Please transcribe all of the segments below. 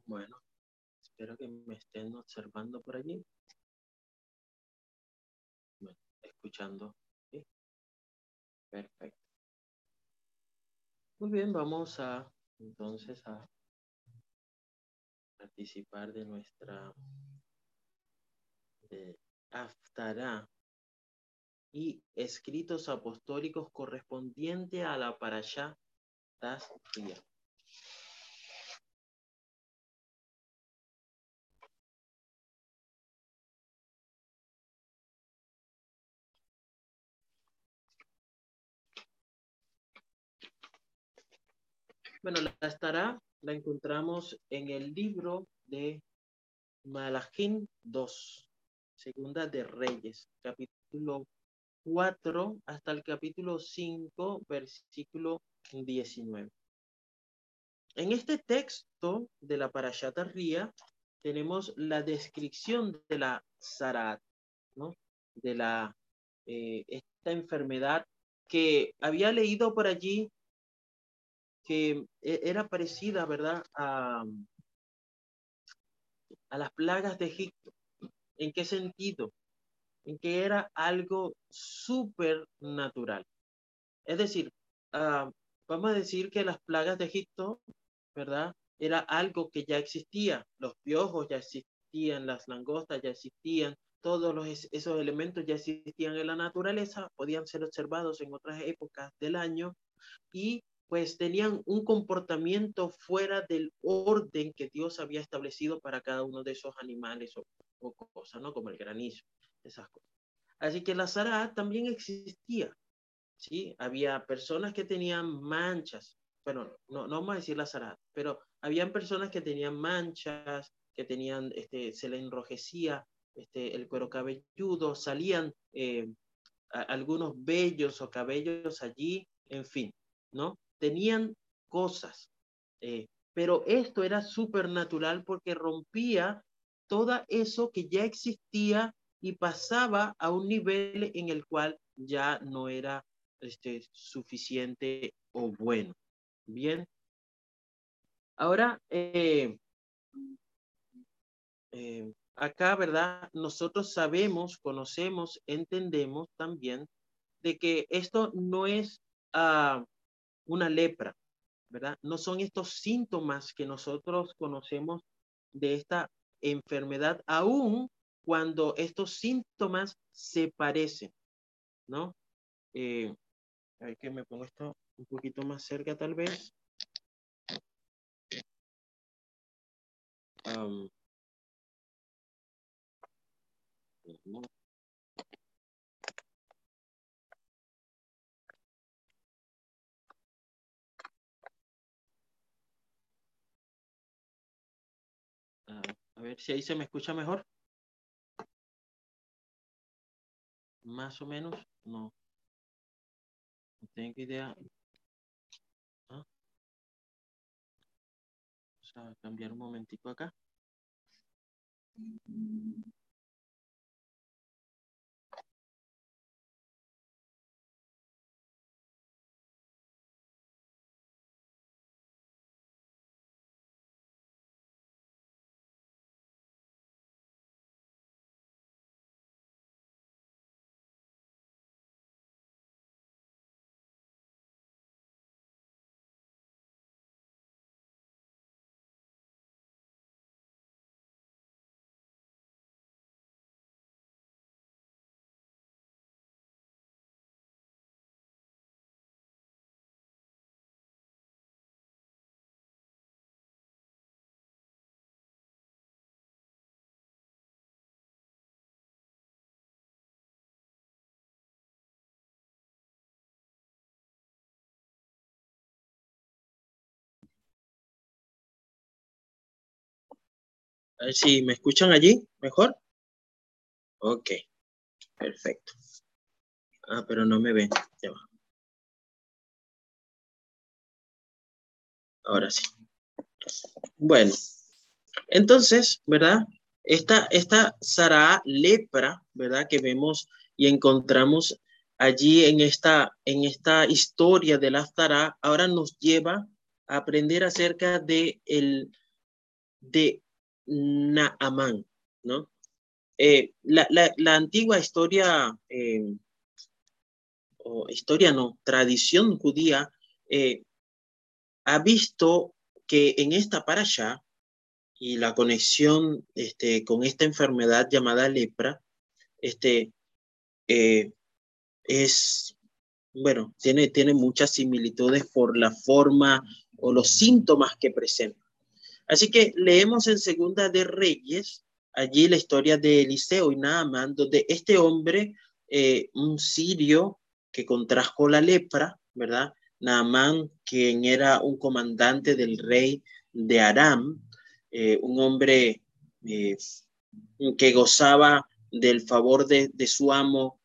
Bueno, espero que me estén observando por allí. Bueno, escuchando. ¿Sí? Perfecto. Muy bien, vamos a entonces a participar de nuestra Haftará y escritos apostólicos correspondiente a la Parashá Tazria. Bueno, la Haftará la encontramos en el libro de Malachim 2, Segunda de Reyes, capítulo 4 hasta el capítulo 5, versículo 19. En este texto de la Parashat Ría tenemos la descripción de la Zarat, ¿no? De esta enfermedad que había leído por allí que era parecida, ¿verdad?, a las plagas de Egipto. ¿En qué sentido? En que era algo súper natural. Es decir, uh, vamos a decir que las plagas de Egipto, ¿verdad? Era algo que ya existía. Los piojos ya existían, las langostas ya existían, todos esos elementos ya existían en la naturaleza, podían ser observados en otras épocas del año y pues tenían un comportamiento fuera del orden que Dios había establecido para cada uno de esos animales o cosas, ¿no? Como el granizo, esas cosas. Así que la Zara también existía, ¿sí? Había personas que tenían manchas, bueno, no vamos a decir la Zara, pero habían personas que tenían manchas, que tenían, se le enrojecía el cuero cabelludo, salían algunos vellos o cabellos allí, en fin, ¿no? Tenían cosas, pero esto era supernatural porque rompía todo eso que ya existía y pasaba a un nivel en el cual ya no era suficiente o bueno. Bien. Ahora, acá, ¿verdad? Nosotros sabemos, conocemos, entendemos también de que esto no es una lepra, ¿verdad? No son estos síntomas que nosotros conocemos de esta enfermedad, aun cuando estos síntomas se parecen, ¿no? A ver que me pongo esto un poquito más cerca tal vez. No. A ver si ahí se me escucha mejor. Más o menos, no tengo idea. ¿Ah? Vamos a cambiar un momentico acá. A ver si me escuchan allí mejor. Ok, perfecto. Pero no me ven. Ya va. Ahora sí. Bueno, entonces, ¿verdad? Esta Sará lepra, ¿verdad? Que vemos y encontramos allí en esta historia de la Sará, ahora nos lleva a aprender acerca de de Naamán, ¿no? La antigua historia, o historia no, tradición judía, ha visto que en esta parasha y la conexión con esta enfermedad llamada lepra, eh, es, bueno, tiene muchas similitudes por la forma o los síntomas que presenta. Así que leemos en Segunda de Reyes, allí la historia de Eliseo y Naamán, donde este hombre, un sirio que contrajo la lepra, ¿verdad? Naamán, quien era un comandante del rey de Aram, un hombre eh, que gozaba del favor de su amo,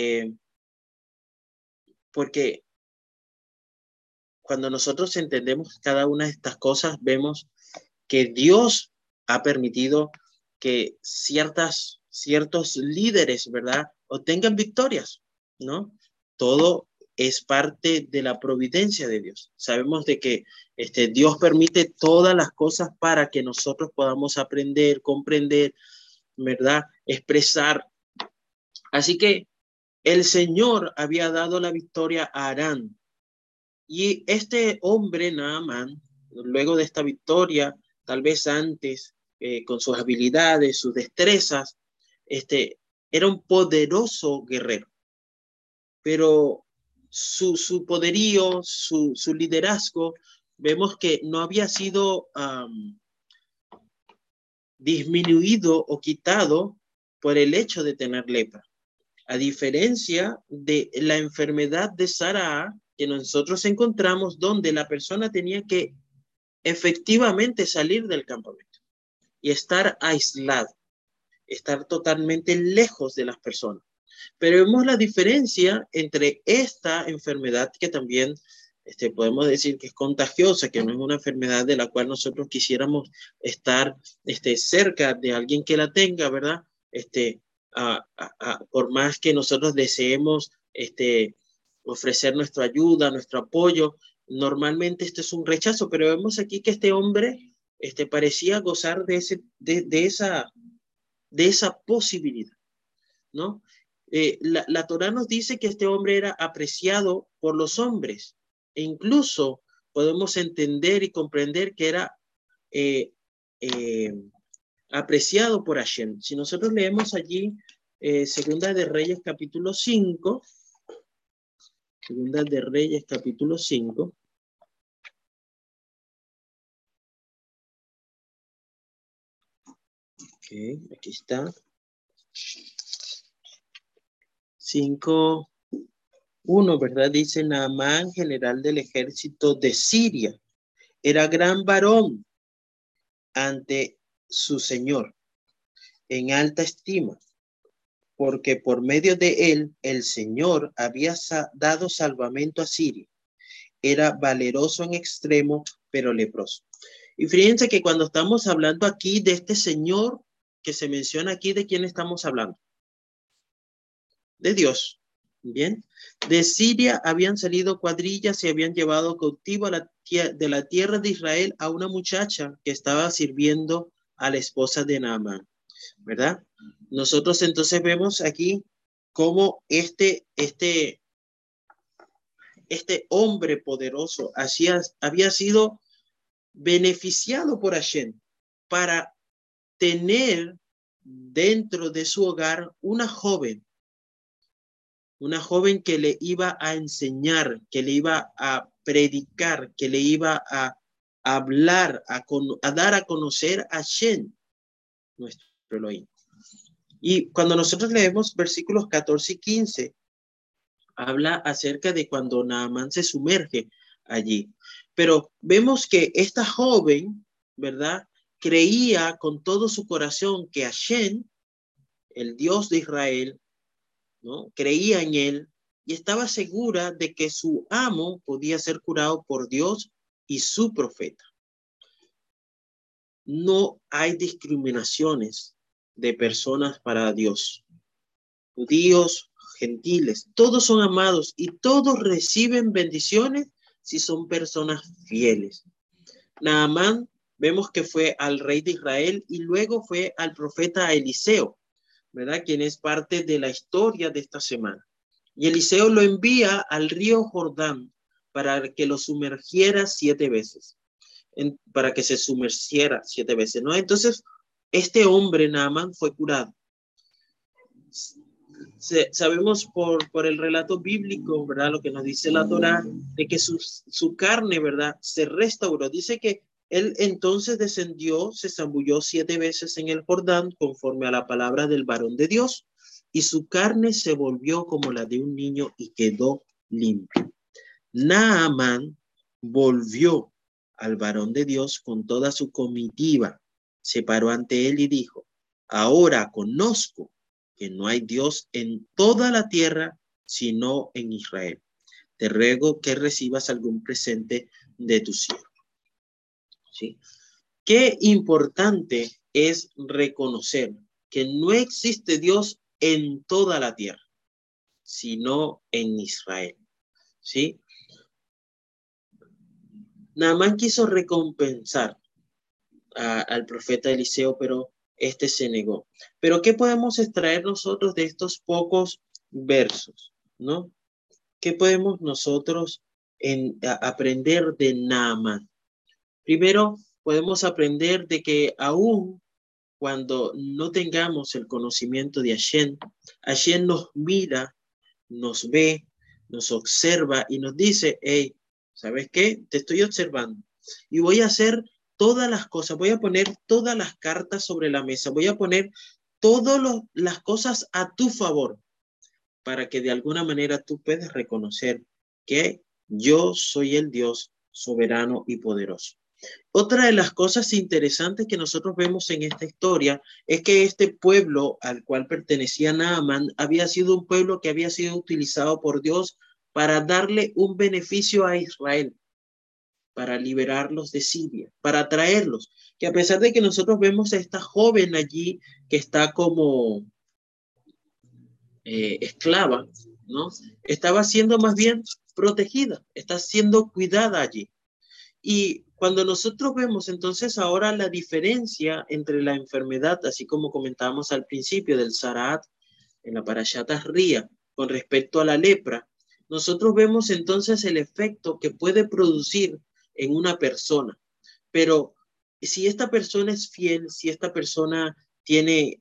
porque cuando nosotros entendemos cada una de estas cosas, vemos que Dios ha permitido que ciertos líderes, ¿verdad?, obtengan victorias, ¿no? Todo es parte de la providencia de Dios. Sabemos de que Dios permite todas las cosas para que nosotros podamos aprender, comprender, ¿verdad?, expresar. Así que el Señor había dado la victoria a Arán. Y este hombre, Naamán, luego de esta victoria, tal vez antes, con sus habilidades, sus destrezas, era un poderoso guerrero. Pero su poderío, su liderazgo, vemos que no había sido disminuido o quitado por el hecho de tener lepra. A diferencia de la enfermedad de Sara, que nosotros encontramos donde la persona tenía que efectivamente salir del campamento y estar aislado, estar totalmente lejos de las personas. Pero vemos la diferencia entre esta enfermedad que también podemos decir que es contagiosa, que no es una enfermedad de la cual nosotros quisiéramos estar cerca de alguien que la tenga, ¿verdad? Por más que nosotros deseemos ofrecer nuestra ayuda, nuestro apoyo, normalmente esto es un rechazo, pero vemos aquí que este hombre parecía gozar de esa posibilidad, ¿no? La Torá nos dice que este hombre era apreciado por los hombres e incluso podemos entender y comprender que era eh, eh, apreciado por Hashem. Si nosotros leemos allí Segunda de Reyes capítulo 5, Segunda de Reyes capítulo 5, okay, aquí está, 5:1, ¿verdad? Dice: Naamán, general del ejército de Siria, era gran varón ante su señor, en alta estima, porque por medio de él el Señor había dado salvamento a Siria. Era valeroso en extremo, pero leproso. Y fíjense que cuando estamos hablando aquí de este Señor que se menciona aquí, ¿de quién estamos hablando? De Dios. Bien, de Siria habían salido cuadrillas y habían llevado cautivo de la tierra de Israel a una muchacha que estaba sirviendo a la esposa de Naamán, ¿verdad? Nosotros entonces vemos aquí cómo este hombre poderoso había sido beneficiado por Hashem para tener dentro de su hogar una joven que le iba a enseñar, que le iba a predicar, que le iba a hablar, a dar a conocer a Hashem, nuestro Elohim. Y cuando nosotros leemos versículos 14 y 15, habla acerca de cuando Naamán se sumerge allí. Pero vemos que esta joven, ¿verdad?, creía con todo su corazón que Hashem, el Dios de Israel, ¿no?, creía en él y estaba segura de que su amo podía ser curado por Dios y su profeta. No hay discriminaciones de personas para Dios. Judíos, gentiles, todos son amados y todos reciben bendiciones si son personas fieles. Naamán vemos que fue al rey de Israel y luego fue al profeta Eliseo, ¿verdad? Quien es parte de la historia de esta semana. Y Eliseo lo envía al río Jordán para que lo sumergiera 7 veces, para que se sumergiera 7 veces, ¿no? Entonces, este hombre, Naamán, fue curado. Sabemos por el relato bíblico, ¿verdad? Lo que nos dice la Torá, de que su carne, ¿verdad? Se restauró. Dice que él entonces descendió, se zambulló 7 veces en el Jordán, conforme a la palabra del varón de Dios, y su carne se volvió como la de un niño y quedó limpio. Naamán volvió al varón de Dios con toda su comitiva, se paró ante él y dijo: ahora conozco que no hay Dios en toda la tierra sino en Israel. Te ruego que recibas algún presente de tu siervo. ¿Sí? Qué importante es reconocer que no existe Dios en toda la tierra, sino en Israel. ¿Sí? Naamán quiso recompensar al profeta Eliseo, pero este se negó. Pero ¿qué podemos extraer nosotros de estos pocos versos? ¿No? ¿Qué podemos nosotros aprender de Naamán? Primero, podemos aprender de que aún cuando no tengamos el conocimiento de Hashem nos mira, nos ve, nos observa y nos dice: hey, ¿sabes qué? Te estoy observando y voy a hacer todas las cosas, voy a poner todas las cartas sobre la mesa, voy a poner todas las cosas a tu favor para que de alguna manera tú puedas reconocer que yo soy el Dios soberano y poderoso. Otra de las cosas interesantes que nosotros vemos en esta historia es que este pueblo al cual pertenecía Naamán había sido un pueblo que había sido utilizado por Dios para darle un beneficio a Israel, para liberarlos de Siria, para traerlos. Que a pesar de que nosotros vemos a esta joven allí que está como esclava, ¿no? Estaba siendo más bien protegida, está siendo cuidada allí. Y cuando nosotros vemos entonces ahora la diferencia entre la enfermedad, así como comentábamos al principio del Zaraat, en la Parashat Ría, con respecto a la lepra, nosotros vemos entonces el efecto que puede producir en una persona. Pero si esta persona es fiel, si esta persona tiene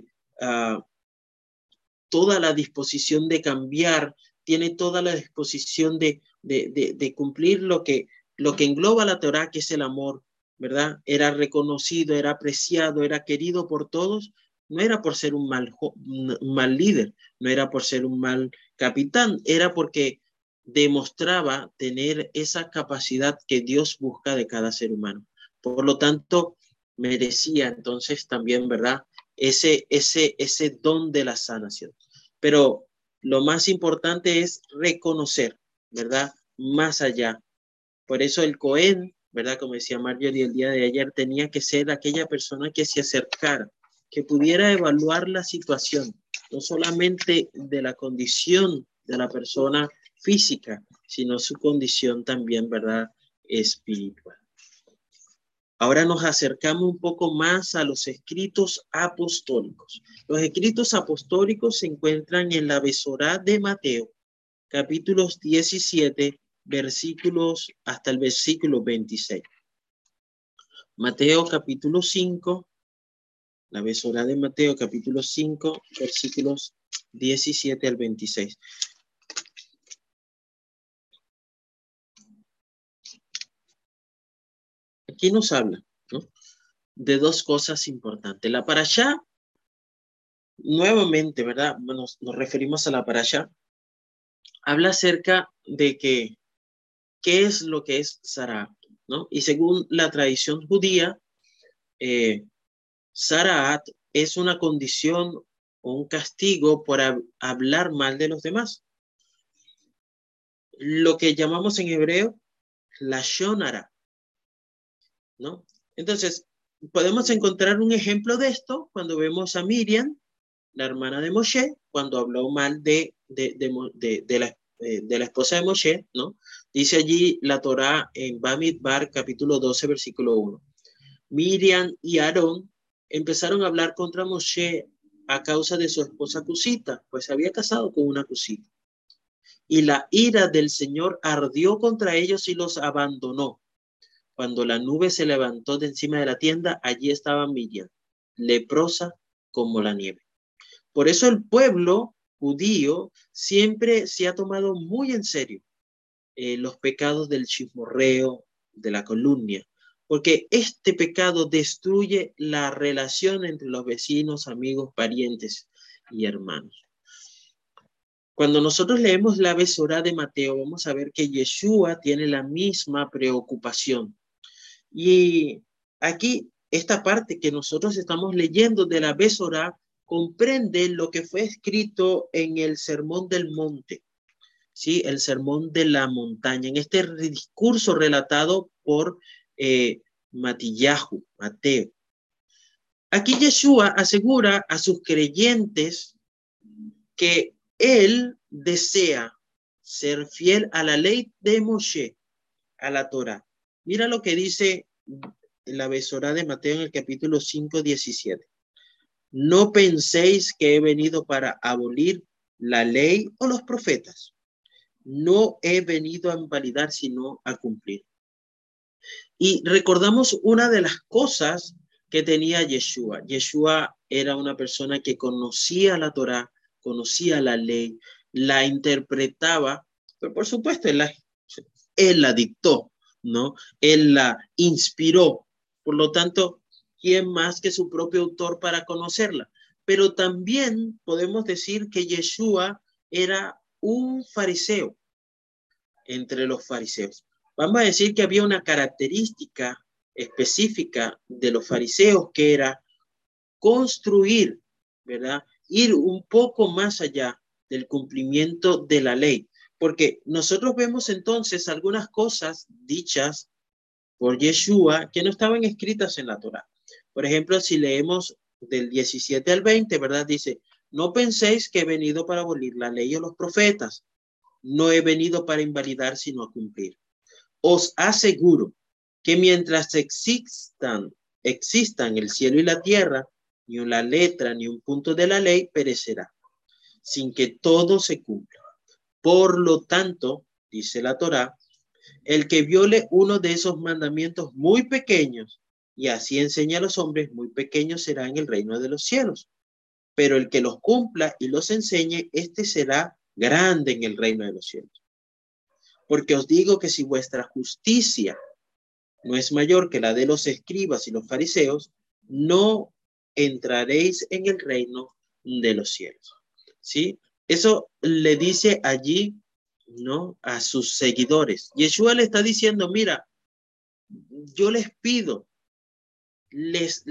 toda la disposición de cambiar, tiene toda la disposición de cumplir lo que engloba la Torá, que es el amor, ¿verdad? Era reconocido, era apreciado, era querido por todos. No era por ser un mal líder, no era por ser un mal capitán, era porque demostraba tener esa capacidad que Dios busca de cada ser humano. Por lo tanto, merecía entonces también, ¿verdad? Ese don de la sanación. Pero lo más importante es reconocer, ¿verdad? Más allá. Por eso el Cohen, ¿verdad? Como decía Marjorie el día de ayer, tenía que ser aquella persona que se acercara, que pudiera evaluar la situación, no solamente de la condición de la persona física, sino su condición también, ¿verdad? Espiritual. Ahora nos acercamos un poco más a los escritos apostólicos. Los escritos apostólicos se encuentran en la Besorá de Mateo, capítulos 17, versículos hasta el versículo 26. Mateo capítulo 5, la Besorá de Mateo capítulo 5, versículos 17 al 26. Aquí nos habla, ¿no?, de dos cosas importantes. La parashá, nuevamente, ¿verdad? Nos referimos a la parashá. Habla acerca de qué es lo que es Zaraat, ¿no? Y según la tradición judía, Zaraat es una condición o un castigo por hablar mal de los demás. Lo que llamamos en hebreo lashon hara, ¿no? Entonces, podemos encontrar un ejemplo de esto cuando vemos a Miriam, la hermana de Moshe, cuando habló mal de la esposa de Moshe, ¿no? Dice allí la Torá en Bamidbar, capítulo 12, versículo 1. Miriam y Aarón empezaron a hablar contra Moshe a causa de su esposa Cusita, pues se había casado con una Cusita. Y la ira del Señor ardió contra ellos y los abandonó. Cuando la nube se levantó de encima de la tienda, allí estaba Miriam, leprosa como la nieve. Por eso el pueblo judío siempre se ha tomado muy en serio los pecados del chismorreo, de la calumnia, porque este pecado destruye la relación entre los vecinos, amigos, parientes y hermanos. Cuando nosotros leemos la Besorá de Mateo, vamos a ver que Yeshua tiene la misma preocupación. Y aquí, esta parte que nosotros estamos leyendo de la Besorá comprende lo que fue escrito en el Sermón del Monte, ¿sí? El Sermón de la Montaña, en este discurso relatado por Matillahu, Mateo. Aquí Yeshua asegura a sus creyentes que él desea ser fiel a la ley de Moshe, a la Torá. Mira lo que dice la Besorá de Mateo en el capítulo 5, 17. No penséis que he venido para abolir la ley o los profetas. No he venido a invalidar, sino a cumplir. Y recordamos una de las cosas que tenía Yeshua. Yeshua era una persona que conocía la Torá, conocía la ley, la interpretaba, pero por supuesto él la dictó, ¿no? Él la inspiró. Por lo tanto, ¿quién más que su propio autor para conocerla? Pero también podemos decir que Yeshua era un fariseo entre los fariseos. Vamos a decir que había una característica específica de los fariseos que era construir, ¿verdad? Ir un poco más allá del cumplimiento de la ley. Porque nosotros vemos entonces algunas cosas dichas por Yeshua que no estaban escritas en la Torá. Por ejemplo, si leemos del 17 al 20, ¿verdad? Dice, no penséis que he venido para abolir la ley o los profetas. No he venido para invalidar, sino a cumplir. Os aseguro que mientras existan el cielo y la tierra, ni una letra ni un punto de la ley perecerá, sin que todo se cumpla. Por lo tanto, dice la Torá, el que viole uno de esos mandamientos muy pequeños y así enseña a los hombres, muy pequeños será en el reino de los cielos. Pero el que los cumpla y los enseñe, este será grande en el reino de los cielos. Porque os digo que si vuestra justicia no es mayor que la de los escribas y los fariseos, no entraréis en el reino de los cielos. ¿Sí? Eso le dice allí, ¿no? A sus seguidores. Yeshua le está diciendo, mira, yo les pido, les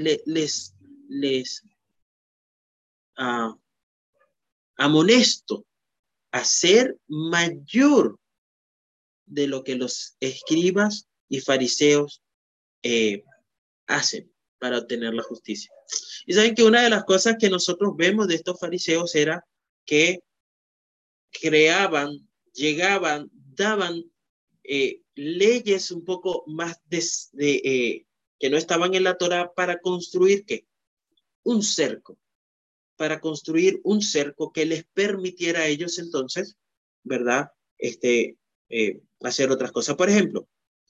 amonesto a ser mayor de lo que los escribas y fariseos hacen para obtener la justicia. Y saben que una de las cosas que nosotros vemos de estos fariseos era que creaban, llegaban, daban leyes un poco más que no estaban en la Torá para construir ¿qué? Un cerco, para construir un cerco que les permitiera a ellos entonces, ¿verdad? Hacer otras cosas. Por ejemplo,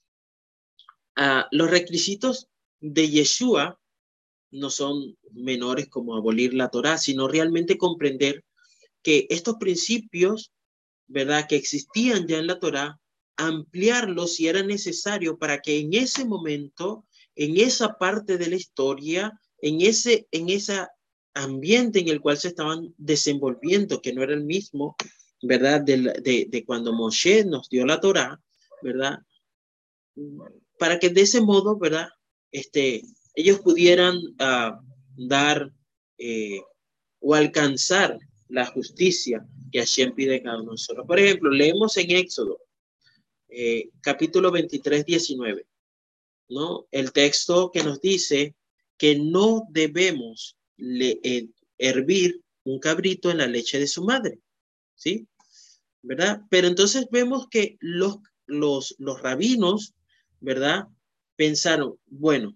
los requisitos de Yeshua no son menores como abolir la Torá, sino realmente comprender que estos principios, ¿verdad?, que existían ya en la Torá, ampliarlos si era necesario para que en ese momento, en esa parte de la historia, en ese ambiente en el cual se estaban desenvolviendo, que no era el mismo, ¿verdad?, de cuando Moshe nos dio la Torá, ¿verdad?, para que de ese modo, ¿verdad?, ellos pudieran dar o alcanzar la justicia que Hashem pide a cada uno de nosotros. Por ejemplo, leemos en Éxodo, capítulo 23, 19, ¿no? El texto que nos dice que no debemos hervir un cabrito en la leche de su madre, ¿sí? ¿Verdad? Pero entonces vemos que los rabinos, ¿verdad?, pensaron, bueno,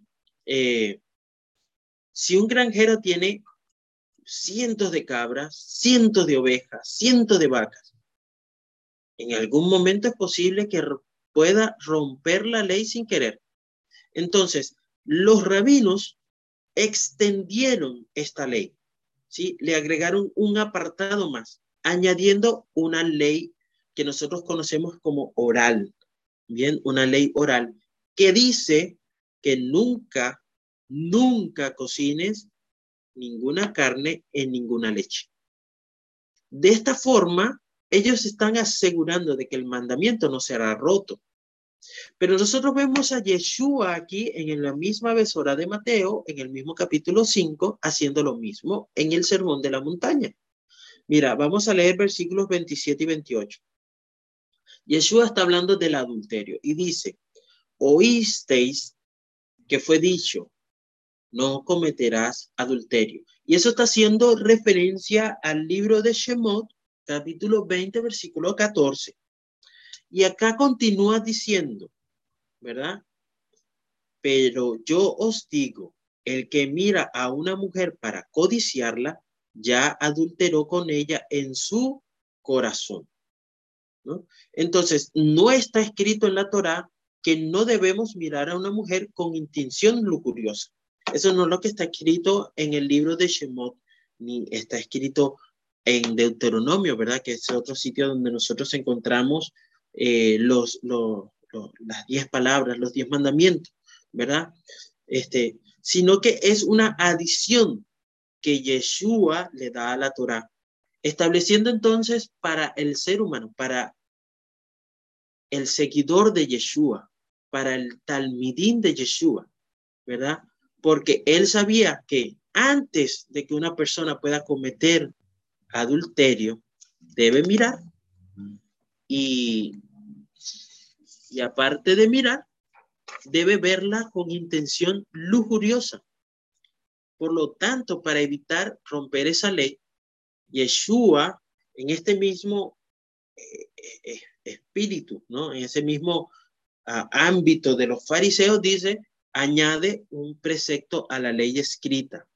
eh, si un granjero tiene cientos de cabras, cientos de ovejas, cientos de vacas, en algún momento es posible que pueda romper la ley sin querer. Entonces, los rabinos extendieron esta ley, ¿sí? Le agregaron un apartado más, añadiendo una ley que nosotros conocemos como oral, bien, una ley oral que dice que nunca, nunca cocines ninguna carne en ninguna leche. De esta forma, ellos están asegurando de que el mandamiento no será roto. Pero nosotros vemos a Yeshua aquí en la misma besora de Mateo, en el mismo capítulo 5, haciendo lo mismo en el Sermón de la Montaña. Mira, vamos a leer versículos 27 y 28. Yeshua está hablando del adulterio y dice, oísteis que fue dicho, no cometerás adulterio. Y eso está haciendo referencia al libro de Shemot, capítulo 20, versículo 14. Y acá continúa diciendo, ¿verdad? Pero yo os digo, el que mira a una mujer para codiciarla, ya adulteró con ella en su corazón, ¿no? Entonces, no está escrito en la Torá que no debemos mirar a una mujer con intención lujuriosa. Eso no es lo que está escrito en el libro de Shemot, ni está escrito en Deuteronomio, ¿verdad? Que es otro sitio donde nosotros encontramos las 10 palabras, los 10 mandamientos, ¿verdad? Sino que es una adición que Yeshua le da a la Torá, estableciendo entonces para el ser humano, para el seguidor de Yeshua, para el talmidín de Yeshua, ¿verdad? Porque él sabía que antes de que una persona pueda cometer adulterio, debe mirar y, y aparte de mirar, debe verla con intención lujuriosa. Por lo tanto, para evitar romper esa ley, Yeshua, en este mismo espíritu, ¿no? En ese mismo ámbito de los fariseos, dice, añade un precepto a la ley escrita.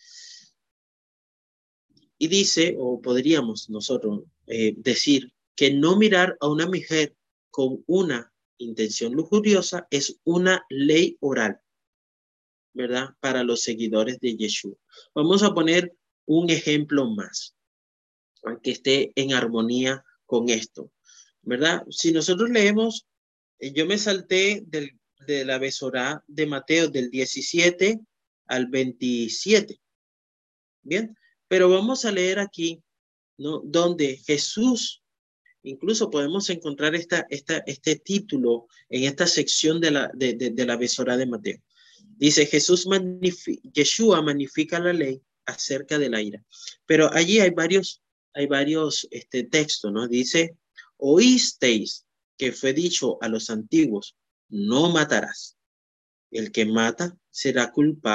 Y dice, o podríamos nosotros decir, que no mirar a una mujer con una intención lujuriosa es una ley oral, ¿verdad? Para los seguidores de Yeshua. Vamos a poner un ejemplo más, que esté en armonía con esto, ¿verdad? Si nosotros leemos, yo me salté de la Besorá de Mateo del 17 al 27, ¿bien? Pero vamos a leer aquí, ¿no? Donde Jesús, incluso podemos encontrar este título en esta sección de la Besorá de Mateo. Dice, Yeshua magnifica la ley acerca de la ira. Pero allí hay varios textos, ¿no? Dice, oísteis que fue dicho a los antiguos, no matarás. El que mata será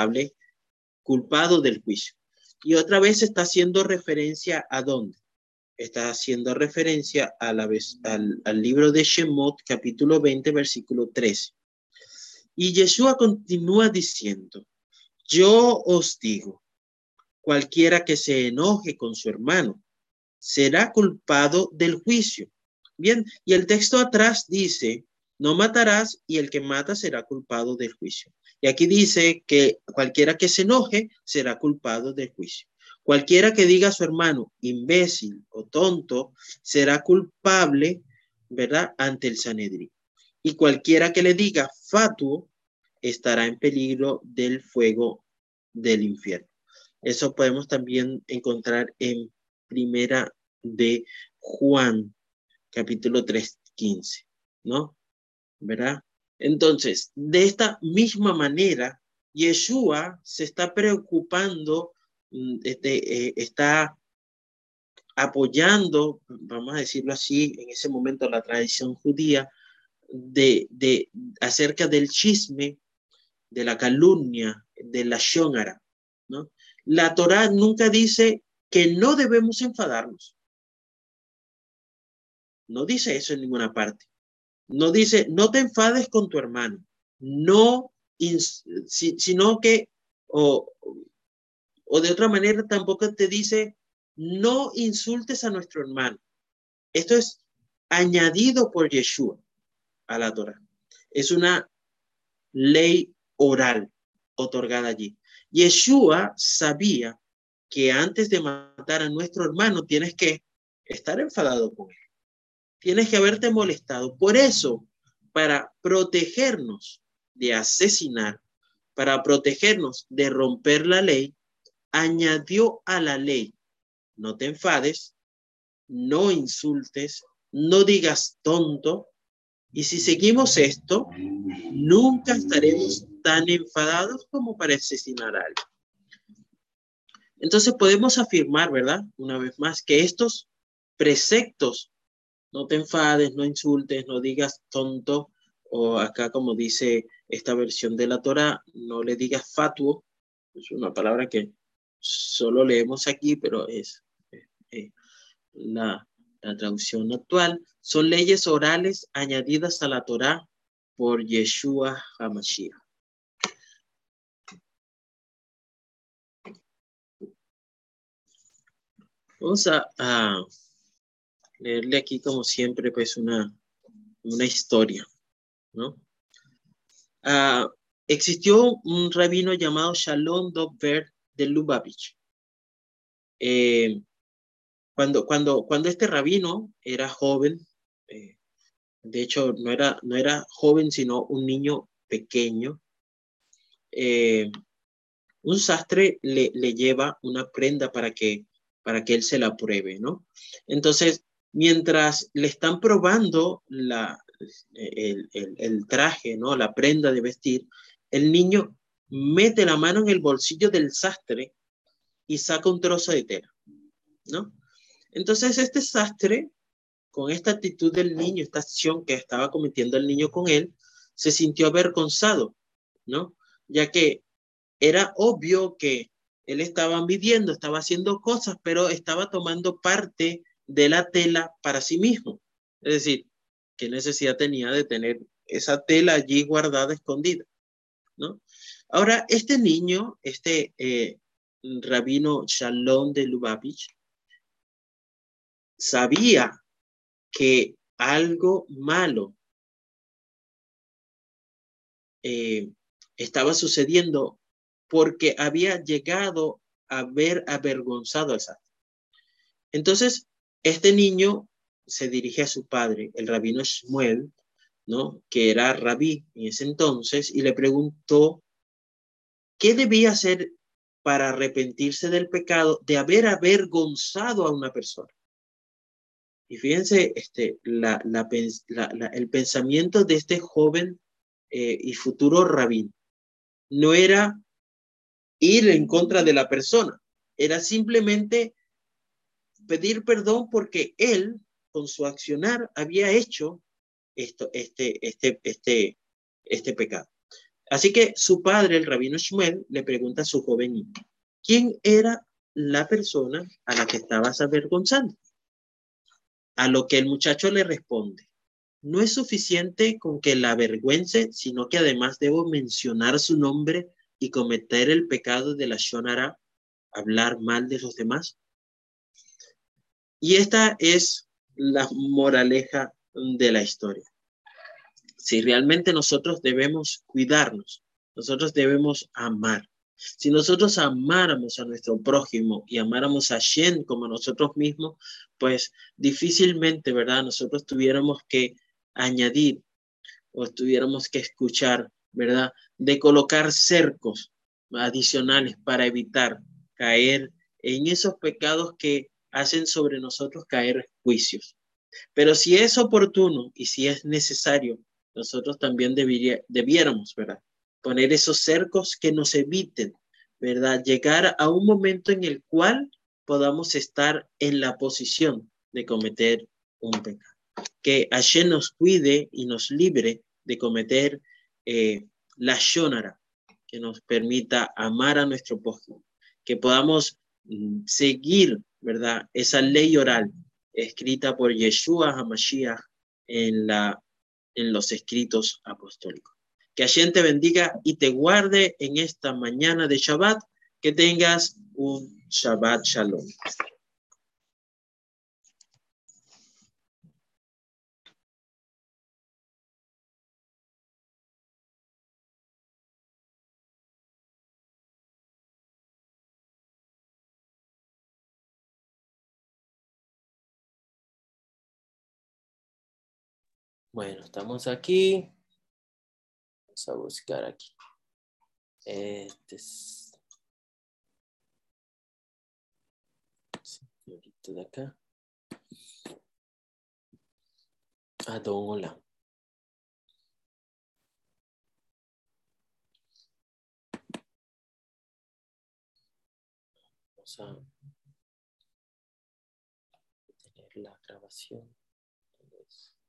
culpado del juicio. Y otra vez está haciendo referencia a dónde. Está haciendo referencia a al libro de Shemot, capítulo 20, versículo 13. Y Yeshua continúa diciendo, yo os digo, cualquiera que se enoje con su hermano será culpado del juicio. Bien, y el texto atrás dice, no matarás y el que mata será culpado del juicio. Y aquí dice que cualquiera que se enoje será culpado del juicio. Cualquiera que diga a su hermano imbécil o tonto será culpable, ¿verdad? Ante el Sanedrín. Y cualquiera que le diga fatuo estará en peligro del fuego del infierno. Eso podemos también encontrar en Primera de Juan, capítulo 3:15, ¿no? ¿Verdad? Entonces, de esta misma manera, Yeshua se está preocupando, está apoyando, vamos a decirlo así, en ese momento la tradición judía, acerca del chisme, de la calumnia, de la shonara, ¿no? La Torá nunca dice que no debemos enfadarnos. No dice eso en ninguna parte. No dice, no te enfades con tu hermano. No sino que, o de otra manera tampoco te dice, no insultes a nuestro hermano. Esto es añadido por Yeshua a la Torah. Es una ley oral otorgada allí. Yeshua sabía que antes de matar a nuestro hermano tienes que estar enfadado con él. Tienes que haberte molestado. Por eso, para protegernos de asesinar, para protegernos de romper la ley, añadió a la ley, no te enfades, no insultes, no digas tonto. Y si seguimos esto, nunca estaremos tan enfadados como para asesinar a alguien. Entonces podemos afirmar, ¿verdad? Una vez más, que estos preceptos, no te enfades, no insultes, no digas tonto, o acá como dice esta versión de la Torah, no le digas fatuo, es una palabra que solo leemos aquí, pero es la traducción actual, son leyes orales añadidas a la Torah por Yeshua HaMashiach. Vamos a leerle aquí, como siempre, pues una historia, ¿no? Existió un rabino llamado Shalom Dovber de Lubavitch. Cuando este rabino era joven, de hecho no era joven, sino un niño pequeño, un sastre le lleva una prenda para que él se la pruebe, ¿no? Entonces, mientras le están probando el traje, ¿no? La prenda de vestir, el niño mete la mano en el bolsillo del sastre y saca un trozo de tela, ¿no? Entonces, este sastre, con esta actitud del niño, esta acción que estaba cometiendo el niño con él, se sintió avergonzado, ¿no? Ya que era obvio que él estaba midiendo, estaba haciendo cosas, pero estaba tomando parte de la tela para sí mismo. Es decir, ¿qué necesidad tenía de tener esa tela allí guardada, escondida? ¿No? Ahora, este niño, rabino Shalom de Lubavitch, sabía que algo malo estaba sucediendo porque había llegado a ver avergonzado al sastre. Entonces, este niño se dirige a su padre, el rabino Shmuel, ¿no? Que era rabí en ese entonces, y le preguntó qué debía hacer para arrepentirse del pecado de haber avergonzado a una persona. Y fíjense el pensamiento de este joven y futuro rabino. No era ir en contra de la persona, era simplemente pedir perdón porque él, con su accionar, había hecho este pecado. Así que su padre, el rabino Shmuel, le pregunta a su joven hijo, ¿quién era la persona a la que estabas avergonzando? A lo que el muchacho le responde, no es suficiente con que la avergüence, sino que además debo mencionar su nombre y cometer el pecado de la Lashon Hara, hablar mal de los demás. Y esta es la moraleja de la historia. Si realmente nosotros debemos cuidarnos, nosotros debemos amar. Si nosotros amáramos a nuestro prójimo y amáramos a Shem como nosotros mismos, pues difícilmente, ¿verdad? Nosotros tuviéramos que añadir o tuviéramos que escuchar, ¿verdad? De colocar cercos adicionales para evitar caer en esos pecados que hacen sobre nosotros caer juicios. Pero si es oportuno y si es necesario, nosotros también debiéramos, ¿verdad? Poner esos cercos que nos eviten, ¿verdad? Llegar a un momento en el cual podamos estar en la posición de cometer un pecado. Que Hashem nos cuide y nos libre de cometer la Lashon Hara, que nos permita amar a nuestro prójimo, que podamos seguir, ¿verdad? Esa ley oral escrita por Yeshua HaMashiach en los escritos apostólicos. Que Hashem te bendiga y te guarde en esta mañana de Shabbat. Que tengas un Shabbat Shalom. Bueno, estamos aquí. Vamos a buscar aquí. Este es... Señorita de acá. Adón, hola. Vamos a tener la grabación.